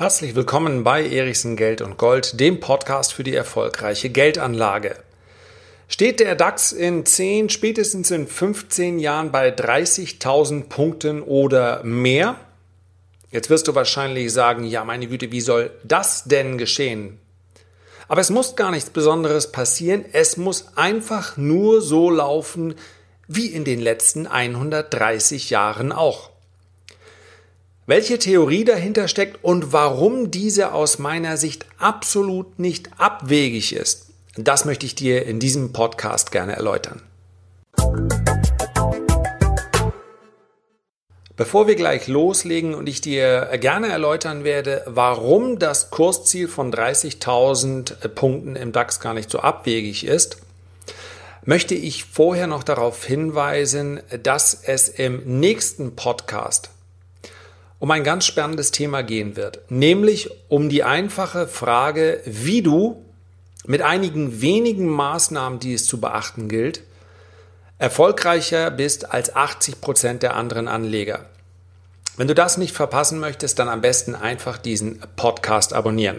Herzlich willkommen bei Erichsen Geld und Gold, dem Podcast für die erfolgreiche Geldanlage. Steht der DAX in 10, spätestens in 15 Jahren bei 30.000 Punkten oder mehr? Jetzt wirst du wahrscheinlich sagen, ja meine Güte, wie soll das denn geschehen? Aber es muss gar nichts Besonderes passieren, es muss einfach nur so laufen wie in den letzten 130 Jahren auch. Welche Theorie dahinter steckt und warum diese aus meiner Sicht absolut nicht abwegig ist, das möchte ich dir in diesem Podcast gerne erläutern. Bevor wir gleich loslegen und ich dir gerne erläutern werde, warum das Kursziel von 30.000 Punkten im DAX gar nicht so abwegig ist, möchte ich vorher noch darauf hinweisen, dass es im nächsten Podcast um ein ganz spannendes Thema gehen wird, nämlich um die einfache Frage, wie du mit einigen wenigen Maßnahmen, die es zu beachten gilt, erfolgreicher bist als 80% der anderen Anleger. Wenn du das nicht verpassen möchtest, dann am besten einfach diesen Podcast abonnieren.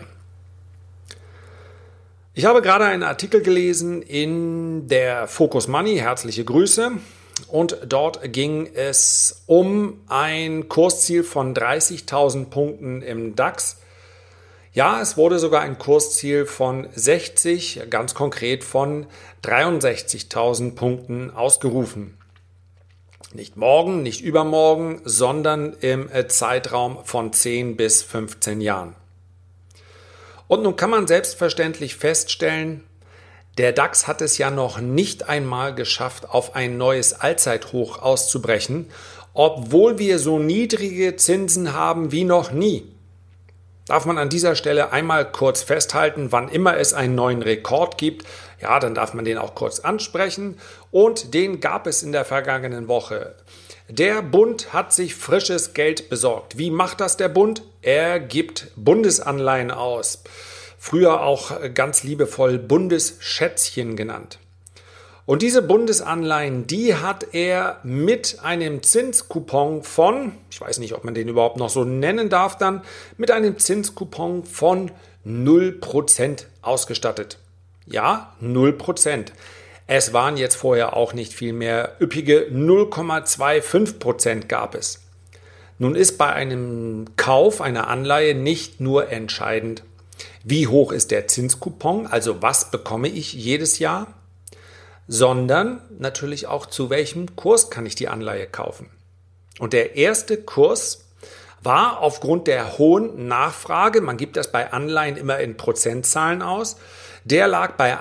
Ich habe gerade einen Artikel gelesen in der Focus Money, herzliche Grüße. Und dort ging es um ein Kursziel von 30.000 Punkten im DAX. Ja, es wurde sogar ein Kursziel von 60, ganz konkret von 63.000 Punkten ausgerufen. Nicht morgen, nicht übermorgen, sondern im Zeitraum von 10 bis 15 Jahren. Und nun kann man selbstverständlich feststellen, der DAX hat es ja noch nicht einmal geschafft, auf ein neues Allzeithoch auszubrechen, obwohl wir so niedrige Zinsen haben wie noch nie. Darf man an dieser Stelle einmal kurz festhalten, wann immer es einen neuen Rekord gibt, ja, dann darf man den auch kurz ansprechen und den gab es in der vergangenen Woche. Der Bund hat sich frisches Geld besorgt. Wie macht das der Bund? Er gibt Bundesanleihen aus. Früher auch ganz liebevoll Bundesschätzchen genannt. Und diese Bundesanleihen, die hat er mit einem Zinskupon von, ich weiß nicht, ob man den überhaupt noch so nennen darf dann, mit einem Zinskupon von 0% ausgestattet. Ja, 0%. Es waren jetzt vorher auch nicht viel mehr, üppige 0,25% gab es. Nun ist bei einem Kauf einer Anleihe nicht nur entscheidend, wie hoch ist der Zinskupon, also was bekomme ich jedes Jahr, sondern natürlich auch zu welchem Kurs kann ich die Anleihe kaufen. Und der erste Kurs war aufgrund der hohen Nachfrage, man gibt das bei Anleihen immer in Prozentzahlen aus, der lag bei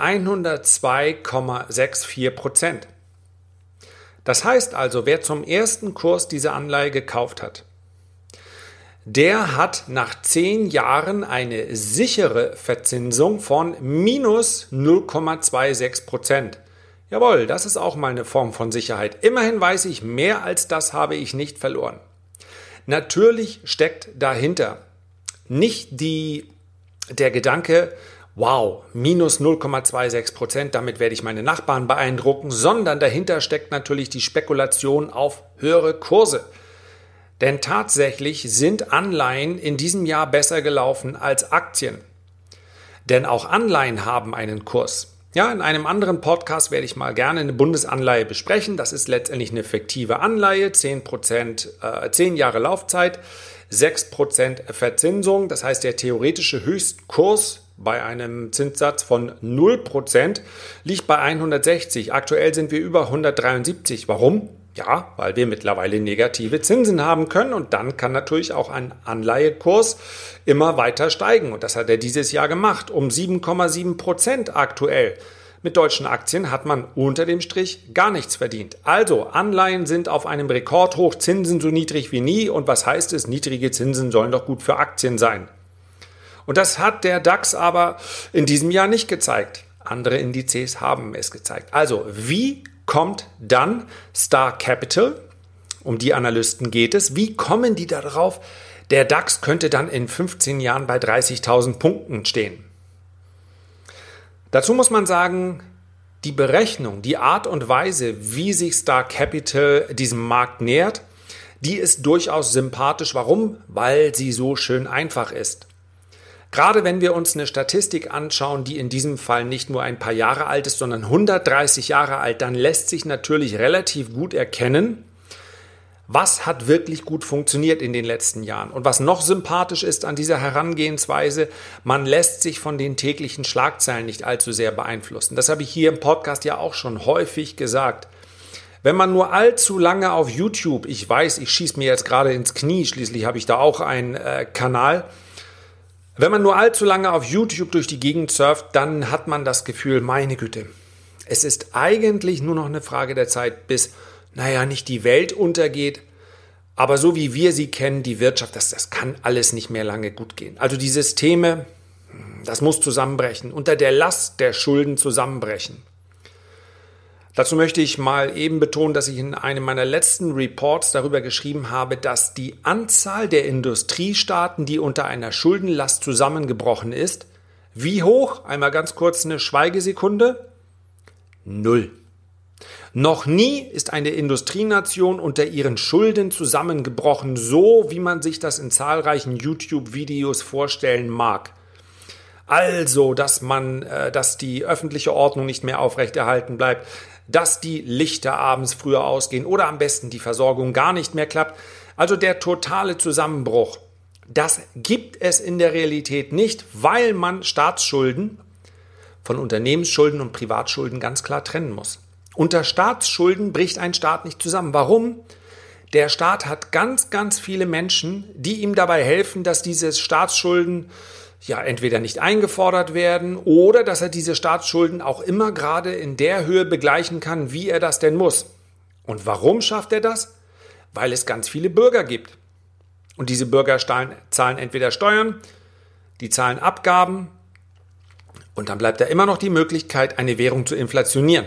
102,64%. Das heißt also, wer zum ersten Kurs diese Anleihe gekauft hat, der hat nach 10 Jahren eine sichere Verzinsung von minus 0,26%. Jawohl, das ist auch mal eine Form von Sicherheit. Immerhin weiß ich, mehr als das habe ich nicht verloren. Natürlich steckt dahinter nicht der Gedanke, wow, minus 0,26%, damit werde ich meine Nachbarn beeindrucken, sondern dahinter steckt natürlich die Spekulation auf höhere Kurse. Denn tatsächlich sind Anleihen in diesem Jahr besser gelaufen als Aktien. Denn auch Anleihen haben einen Kurs. Ja, in einem anderen Podcast werde ich mal gerne eine Bundesanleihe besprechen. Das ist letztendlich eine fiktive Anleihe, 10 Jahre Laufzeit, 6% Verzinsung. Das heißt, der theoretische Höchstkurs bei einem Zinssatz von 0% liegt bei 160. Aktuell sind wir über 173. Warum? Ja, weil wir mittlerweile negative Zinsen haben können und dann kann natürlich auch ein Anleihekurs immer weiter steigen. Und das hat er dieses Jahr gemacht, um 7,7% aktuell. Mit deutschen Aktien hat man unter dem Strich gar nichts verdient. Also Anleihen sind auf einem Rekordhoch, Zinsen so niedrig wie nie. Und was heißt es? Niedrige Zinsen sollen doch gut für Aktien sein. Und das hat der DAX aber in diesem Jahr nicht gezeigt. Andere Indizes haben es gezeigt. Also wie kommt dann Star Capital, um die Analysten geht es, wie kommen die darauf, der DAX könnte dann in 15 Jahren bei 30.000 Punkten stehen? Dazu muss man sagen, die Berechnung, die Art und Weise, wie sich Star Capital diesem Markt nähert, die ist durchaus sympathisch. Warum? Weil sie so schön einfach ist. Gerade wenn wir uns eine Statistik anschauen, die in diesem Fall nicht nur ein paar Jahre alt ist, sondern 130 Jahre alt, dann lässt sich natürlich relativ gut erkennen, was hat wirklich gut funktioniert in den letzten Jahren. Und was noch sympathisch ist an dieser Herangehensweise, man lässt sich von den täglichen Schlagzeilen nicht allzu sehr beeinflussen. Das habe ich hier im Podcast ja auch schon häufig gesagt. Wenn man nur allzu lange auf YouTube, ich weiß, ich schieße mir jetzt gerade ins Knie, schließlich habe ich da auch einen Kanal. Wenn man nur allzu lange auf YouTube durch die Gegend surft, dann hat man das Gefühl, meine Güte, es ist eigentlich nur noch eine Frage der Zeit, bis, nicht die Welt untergeht, aber so wie wir sie kennen, die Wirtschaft, das kann alles nicht mehr lange gut gehen. Also die Systeme, das muss zusammenbrechen, unter der Last der Schulden zusammenbrechen. Dazu möchte ich mal eben betonen, dass ich in einem meiner letzten Reports darüber geschrieben habe, dass die Anzahl der Industriestaaten, die unter einer Schuldenlast zusammengebrochen ist, wie hoch? Einmal ganz kurz eine Schweigesekunde. 0. Noch nie ist eine Industrienation unter ihren Schulden zusammengebrochen, so wie man sich das in zahlreichen YouTube-Videos vorstellen mag. Also, dass die öffentliche Ordnung nicht mehr aufrechterhalten bleibt, dass die Lichter abends früher ausgehen oder am besten die Versorgung gar nicht mehr klappt. Also der totale Zusammenbruch. Das gibt es in der Realität nicht, weil man Staatsschulden von Unternehmensschulden und Privatschulden ganz klar trennen muss. Unter Staatsschulden bricht ein Staat nicht zusammen. Warum? Der Staat hat ganz, ganz viele Menschen, die ihm dabei helfen, dass diese Staatsschulden entweder nicht eingefordert werden oder dass er diese Staatsschulden auch immer gerade in der Höhe begleichen kann, wie er das denn muss. Und warum schafft er das? Weil es ganz viele Bürger gibt. Und diese Bürger zahlen entweder Steuern, die zahlen Abgaben und dann bleibt da immer noch die Möglichkeit, eine Währung zu inflationieren.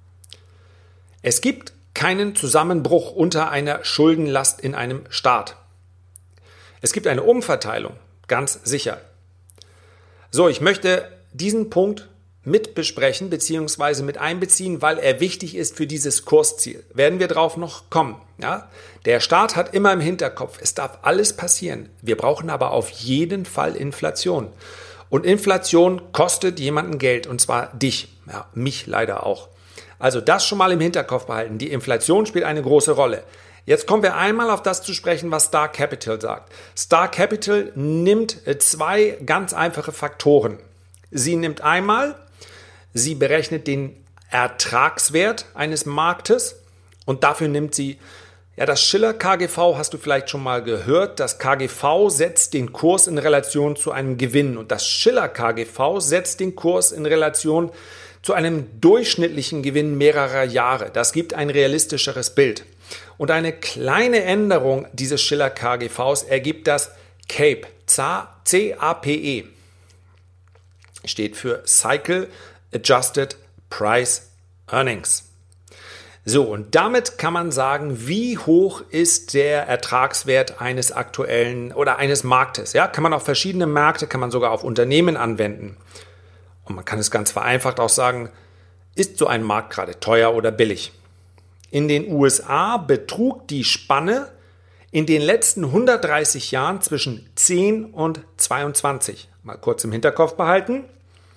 Es gibt keinen Zusammenbruch unter einer Schuldenlast in einem Staat. Es gibt eine Umverteilung, ganz sicher. So, ich möchte diesen Punkt mit besprechen bzw. mit einbeziehen, weil er wichtig ist für dieses Kursziel. Werden wir drauf noch kommen. Ja? Der Staat hat immer im Hinterkopf, es darf alles passieren. Wir brauchen aber auf jeden Fall Inflation. Und Inflation kostet jemanden Geld, und zwar dich, mich leider auch. Also das schon mal im Hinterkopf behalten. Die Inflation spielt eine große Rolle. Jetzt kommen wir einmal auf das zu sprechen, was Star Capital sagt. Star Capital nimmt zwei ganz einfache Faktoren. Sie berechnet den Ertragswert eines Marktes und dafür nimmt sie, das Shiller KGV hast du vielleicht schon mal gehört. Das KGV setzt den Kurs in Relation zu einem Gewinn und das Shiller KGV setzt den Kurs in Relation zu einem durchschnittlichen Gewinn mehrerer Jahre. Das gibt ein realistischeres Bild. Und eine kleine Änderung dieses Shiller KGVs ergibt das CAPE, C-A-P-E. Steht für Cycle Adjusted Price Earnings. So, und damit kann man sagen, wie hoch ist der Ertragswert eines aktuellen oder eines Marktes. Ja, kann man auf verschiedene Märkte, kann man sogar auf Unternehmen anwenden. Und man kann es ganz vereinfacht auch sagen, ist so ein Markt gerade teuer oder billig? In den USA betrug die Spanne in den letzten 130 Jahren zwischen 10 und 22. Mal kurz im Hinterkopf behalten.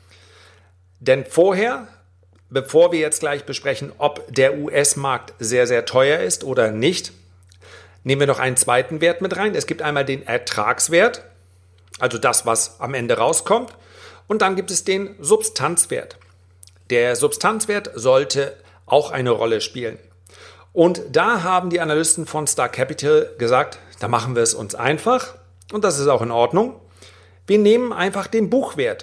Denn vorher, bevor wir jetzt gleich besprechen, ob der US-Markt sehr, sehr teuer ist oder nicht, nehmen wir noch einen zweiten Wert mit rein. Es gibt einmal den Ertragswert, also das, was am Ende rauskommt. Und dann gibt es den Substanzwert. Der Substanzwert sollte auch eine Rolle spielen. Und da haben die Analysten von Star Capital gesagt, da machen wir es uns einfach und das ist auch in Ordnung. Wir nehmen einfach den Buchwert.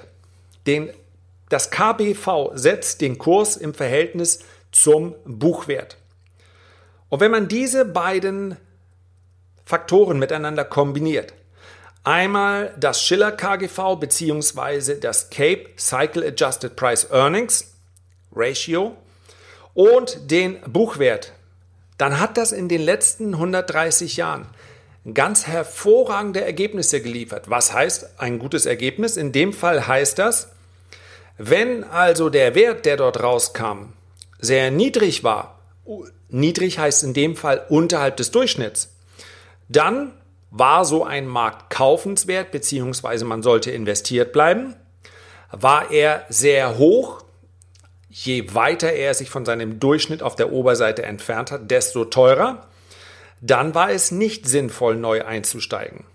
Das KBV setzt den Kurs im Verhältnis zum Buchwert. Und wenn man diese beiden Faktoren miteinander kombiniert, einmal das Shiller KGV bzw. das CAPE, Cycle Adjusted Price Earnings Ratio und den Buchwert, dann hat das in den letzten 130 Jahren ganz hervorragende Ergebnisse geliefert. Was heißt ein gutes Ergebnis? In dem Fall heißt das, wenn also der Wert, der dort rauskam, sehr niedrig war, niedrig heißt in dem Fall unterhalb des Durchschnitts, dann War so ein Markt kaufenswert, beziehungsweise man sollte investiert bleiben? War er sehr hoch? Je weiter er sich von seinem Durchschnitt auf der Oberseite entfernt hat, desto teurer. Dann war es nicht sinnvoll, neu einzusteigen.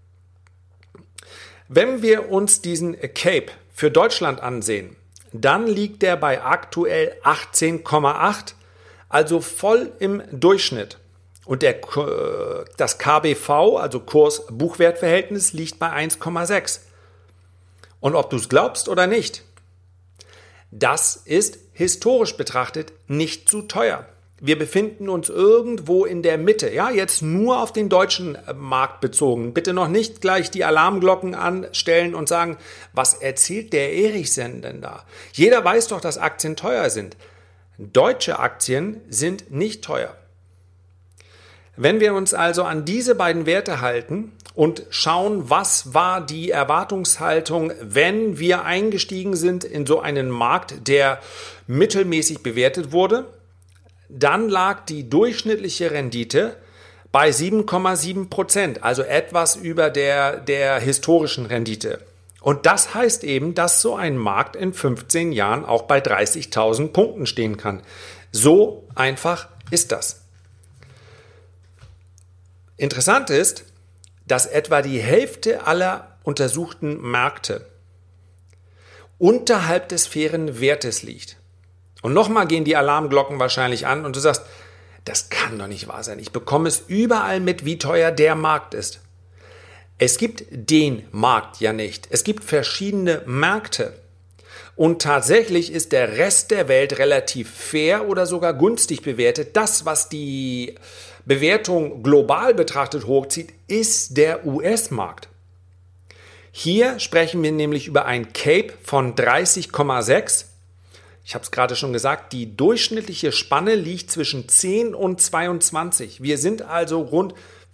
Wenn wir uns diesen Cape für Deutschland ansehen, dann liegt der bei aktuell 18,8, also voll im Durchschnitt. Und das KBV, also Kurs-Buchwert-Verhältnis, liegt bei 1,6. Und ob du es glaubst oder nicht, das ist historisch betrachtet nicht zu teuer. Wir befinden uns irgendwo in der Mitte, ja, jetzt nur auf den deutschen Markt bezogen. Bitte noch nicht gleich die Alarmglocken anstellen und sagen, was erzählt der Erichsen denn da? Jeder weiß doch, dass Aktien teuer sind. Deutsche Aktien sind nicht teuer. Wenn wir uns also an diese beiden Werte halten und schauen, was war die Erwartungshaltung, wenn wir eingestiegen sind in so einen Markt, der mittelmäßig bewertet wurde, dann lag die durchschnittliche Rendite bei 7,7%, also etwas über der historischen Rendite. Und das heißt eben, dass so ein Markt in 15 Jahren auch bei 30.000 Punkten stehen kann. So einfach ist das. Interessant ist, dass etwa die Hälfte aller untersuchten Märkte unterhalb des fairen Wertes liegt. Und nochmal gehen die Alarmglocken wahrscheinlich an und du sagst, das kann doch nicht wahr sein. Ich bekomme es überall mit, wie teuer der Markt ist. Es gibt den Markt ja nicht. Es gibt verschiedene Märkte. Und tatsächlich ist der Rest der Welt relativ fair oder sogar günstig bewertet. Das, was die Bewertung global betrachtet hochzieht, ist der US-Markt. Hier sprechen wir nämlich über ein Cape von 30,6. Ich habe es gerade schon gesagt, die durchschnittliche Spanne liegt zwischen 10 und 22. Wir sind also rund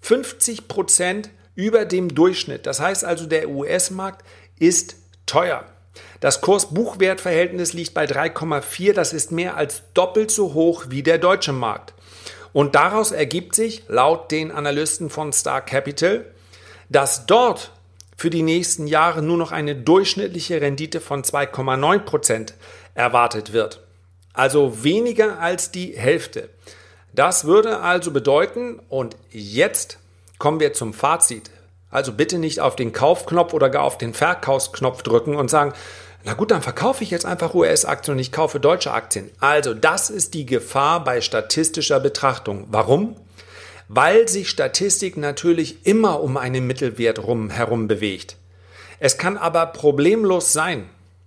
50% über dem Durchschnitt. Das heißt also, der US-Markt ist teuer. Das Kurs-Buchwert-Verhältnis liegt bei 3,4. Das ist mehr als doppelt so hoch wie der deutsche Markt. Und daraus ergibt sich, laut den Analysten von Star Capital, dass dort für die nächsten Jahre nur noch eine durchschnittliche Rendite von 2,9% erwartet wird. Also weniger als die Hälfte. Das würde also bedeuten, und jetzt kommen wir zum Fazit. Also bitte nicht auf den Kaufknopf oder gar auf den Verkaufsknopf drücken und sagen, na gut, dann verkaufe ich jetzt einfach US-Aktien und ich kaufe deutsche Aktien. Also das ist die Gefahr bei statistischer Betrachtung. Warum? Weil sich Statistik natürlich immer um einen Mittelwert herum bewegt. Es kann aber problemlos sein,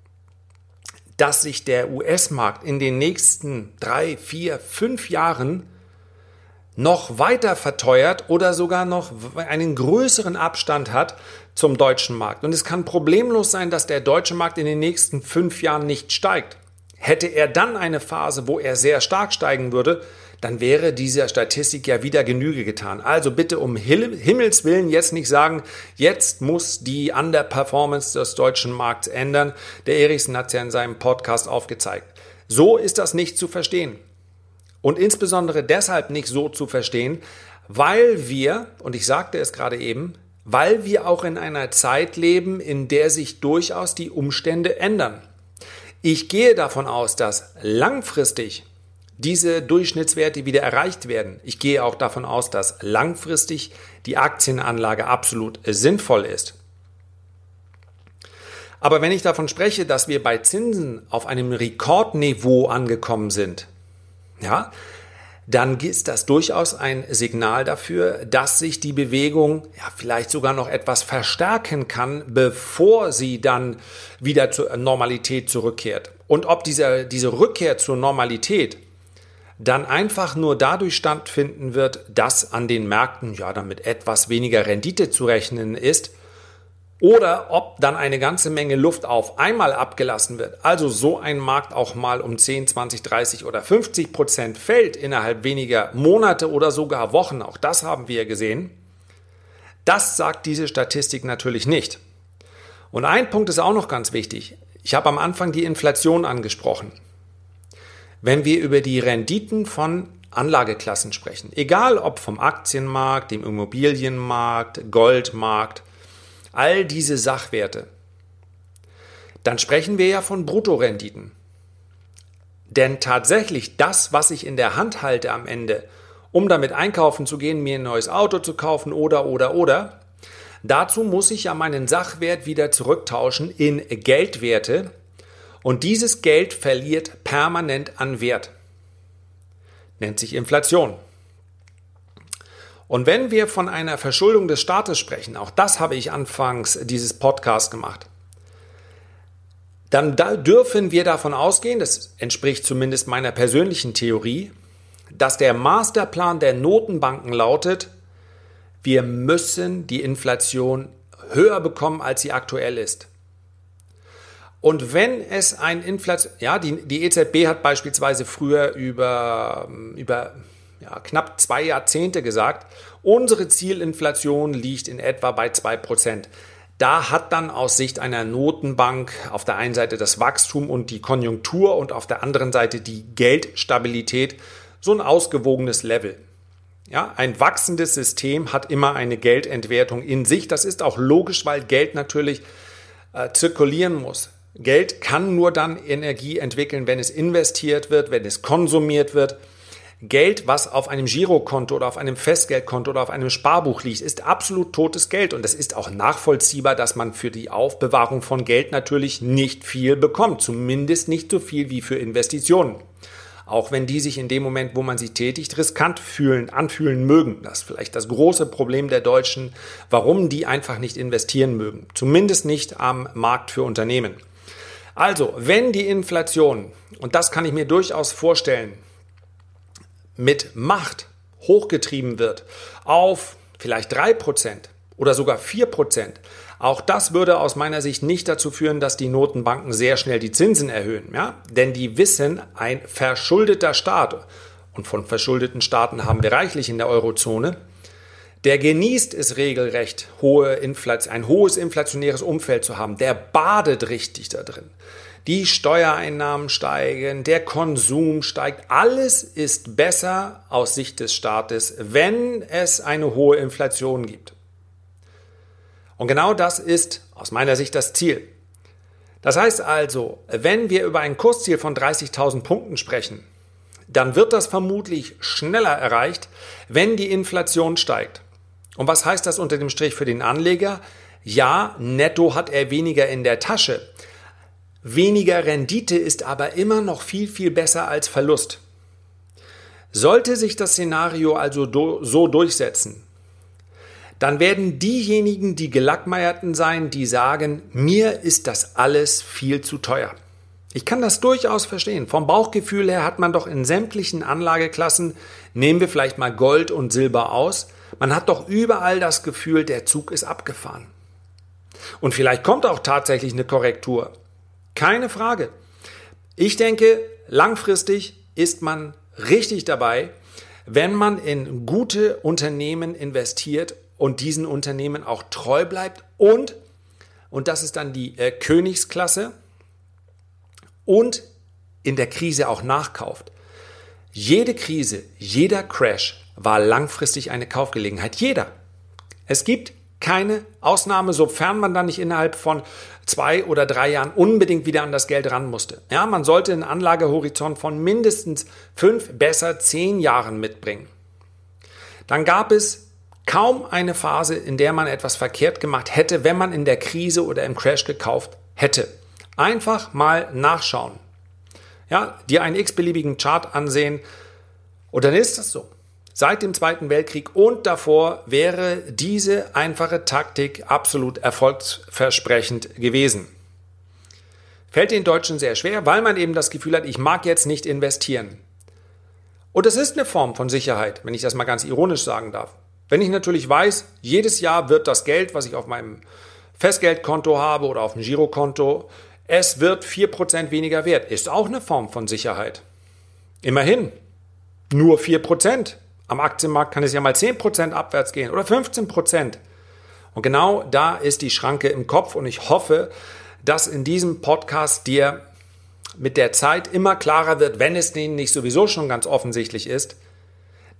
dass sich der US-Markt in den nächsten 3, 4, 5 Jahren noch weiter verteuert oder sogar noch einen größeren Abstand hat zum deutschen Markt. Und es kann problemlos sein, dass der deutsche Markt in den nächsten 5 Jahren nicht steigt. Hätte er dann eine Phase, wo er sehr stark steigen würde, dann wäre dieser Statistik ja wieder Genüge getan. Also bitte um Himmels Willen jetzt nicht sagen, jetzt muss die Underperformance des deutschen Markts ändern. Der Erichsen hat es ja in seinem Podcast aufgezeigt. So ist das nicht zu verstehen. Und insbesondere deshalb nicht so zu verstehen, weil wir, und ich sagte es gerade eben, weil wir auch in einer Zeit leben, in der sich durchaus die Umstände ändern. Ich gehe davon aus, dass langfristig diese Durchschnittswerte wieder erreicht werden. Ich gehe auch davon aus, dass langfristig die Aktienanlage absolut sinnvoll ist. Aber wenn ich davon spreche, dass wir bei Zinsen auf einem Rekordniveau angekommen sind, ja, dann ist das durchaus ein Signal dafür, dass sich die Bewegung vielleicht sogar noch etwas verstärken kann, bevor sie dann wieder zur Normalität zurückkehrt. Und ob diese Rückkehr zur Normalität dann einfach nur dadurch stattfinden wird, dass an den Märkten damit etwas weniger Rendite zu rechnen ist, oder ob dann eine ganze Menge Luft auf einmal abgelassen wird, also so ein Markt auch mal um 10, 20, 30 oder 50% fällt innerhalb weniger Monate oder sogar Wochen, auch das haben wir gesehen, das sagt diese Statistik natürlich nicht. Und ein Punkt ist auch noch ganz wichtig. Ich habe am Anfang die Inflation angesprochen. Wenn wir über die Renditen von Anlageklassen sprechen, egal ob vom Aktienmarkt, dem Immobilienmarkt, Goldmarkt, all diese Sachwerte, dann sprechen wir ja von Bruttorenditen. Denn tatsächlich das, was ich in der Hand halte am Ende, um damit einkaufen zu gehen, mir ein neues Auto zu kaufen oder, dazu muss ich ja meinen Sachwert wieder zurücktauschen in Geldwerte und dieses Geld verliert permanent an Wert. Nennt sich Inflation. Und wenn wir von einer Verschuldung des Staates sprechen, auch das habe ich anfangs dieses Podcasts gemacht, dann dürfen wir davon ausgehen, das entspricht zumindest meiner persönlichen Theorie, dass der Masterplan der Notenbanken lautet, wir müssen die Inflation höher bekommen, als sie aktuell ist. Und wenn es ein die EZB hat beispielsweise früher über knapp 2 Jahrzehnte gesagt, unsere Zielinflation liegt in etwa bei 2%. Da hat dann aus Sicht einer Notenbank auf der einen Seite das Wachstum und die Konjunktur und auf der anderen Seite die Geldstabilität so ein ausgewogenes Level. Ja, ein wachsendes System hat immer eine Geldentwertung in sich. Das ist auch logisch, weil Geld natürlich zirkulieren muss. Geld kann nur dann Energie entwickeln, wenn es investiert wird, wenn es konsumiert wird. Geld, was auf einem Girokonto oder auf einem Festgeldkonto oder auf einem Sparbuch liegt, ist absolut totes Geld. Und es ist auch nachvollziehbar, dass man für die Aufbewahrung von Geld natürlich nicht viel bekommt. Zumindest nicht so viel wie für Investitionen. Auch wenn die sich in dem Moment, wo man sie tätigt, riskant anfühlen mögen. Das ist vielleicht das große Problem der Deutschen, warum die einfach nicht investieren mögen. Zumindest nicht am Markt für Unternehmen. Also, wenn die Inflation, und das kann ich mir durchaus vorstellen, mit Macht hochgetrieben wird auf vielleicht 3% oder sogar 4%, auch das würde aus meiner Sicht nicht dazu führen, dass die Notenbanken sehr schnell die Zinsen erhöhen. Ja? Denn die wissen, ein verschuldeter Staat, und von verschuldeten Staaten haben wir reichlich in der Eurozone, der genießt es regelrecht, ein hohes inflationäres Umfeld zu haben. Der badet richtig da drin. Die Steuereinnahmen steigen, der Konsum steigt. Alles ist besser aus Sicht des Staates, wenn es eine hohe Inflation gibt. Und genau das ist aus meiner Sicht das Ziel. Das heißt also, wenn wir über ein Kursziel von 30.000 Punkten sprechen, dann wird das vermutlich schneller erreicht, wenn die Inflation steigt. Und was heißt das unter dem Strich für den Anleger? Ja, netto hat er weniger in der Tasche. Weniger Rendite ist aber immer noch viel, viel besser als Verlust. Sollte sich das Szenario also so durchsetzen, dann werden diejenigen die Gelackmeierten sein, die sagen, mir ist das alles viel zu teuer. Ich kann das durchaus verstehen. Vom Bauchgefühl her hat man doch in sämtlichen Anlageklassen, nehmen wir vielleicht mal Gold und Silber aus, man hat doch überall das Gefühl, der Zug ist abgefahren. Und vielleicht kommt auch tatsächlich eine Korrektur. Keine Frage. Ich denke, langfristig ist man richtig dabei, wenn man in gute Unternehmen investiert und diesen Unternehmen auch treu bleibt und das ist dann die Königsklasse, und in der Krise auch nachkauft. Jede Krise, jeder Crash war langfristig eine Kaufgelegenheit. Jeder. Es gibt keine Ausnahme, sofern man dann nicht innerhalb von 2 oder 3 Jahren unbedingt wieder an das Geld ran musste. Ja, man sollte einen Anlagehorizont von mindestens 5, besser 10 Jahren mitbringen. Dann gab es kaum eine Phase, in der man etwas verkehrt gemacht hätte, wenn man in der Krise oder im Crash gekauft hätte. Einfach mal nachschauen. Ja, dir einen x-beliebigen Chart ansehen und dann ist das so. Seit dem Zweiten Weltkrieg und davor wäre diese einfache Taktik absolut erfolgsversprechend gewesen. Fällt den Deutschen sehr schwer, weil man eben das Gefühl hat, ich mag jetzt nicht investieren. Und es ist eine Form von Sicherheit, wenn ich das mal ganz ironisch sagen darf. Wenn ich natürlich weiß, jedes Jahr wird das Geld, was ich auf meinem Festgeldkonto habe oder auf dem Girokonto, es wird 4% weniger wert. Ist auch eine Form von Sicherheit. Immerhin, nur 4%. Am Aktienmarkt kann es ja mal 10% abwärts gehen oder 15%. Und genau da ist die Schranke im Kopf und ich hoffe, dass in diesem Podcast dir mit der Zeit immer klarer wird, wenn es denen nicht sowieso schon ganz offensichtlich ist,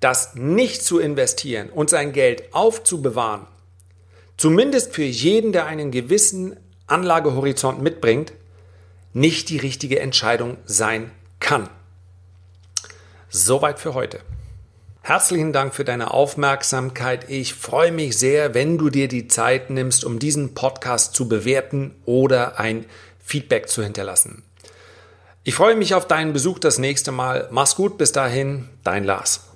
dass nicht zu investieren und sein Geld aufzubewahren, zumindest für jeden, der einen gewissen Anlagehorizont mitbringt, nicht die richtige Entscheidung sein kann. Soweit für heute. Herzlichen Dank für deine Aufmerksamkeit. Ich freue mich sehr, wenn du dir die Zeit nimmst, um diesen Podcast zu bewerten oder ein Feedback zu hinterlassen. Ich freue mich auf deinen Besuch das nächste Mal. Mach's gut, bis dahin, dein Lars.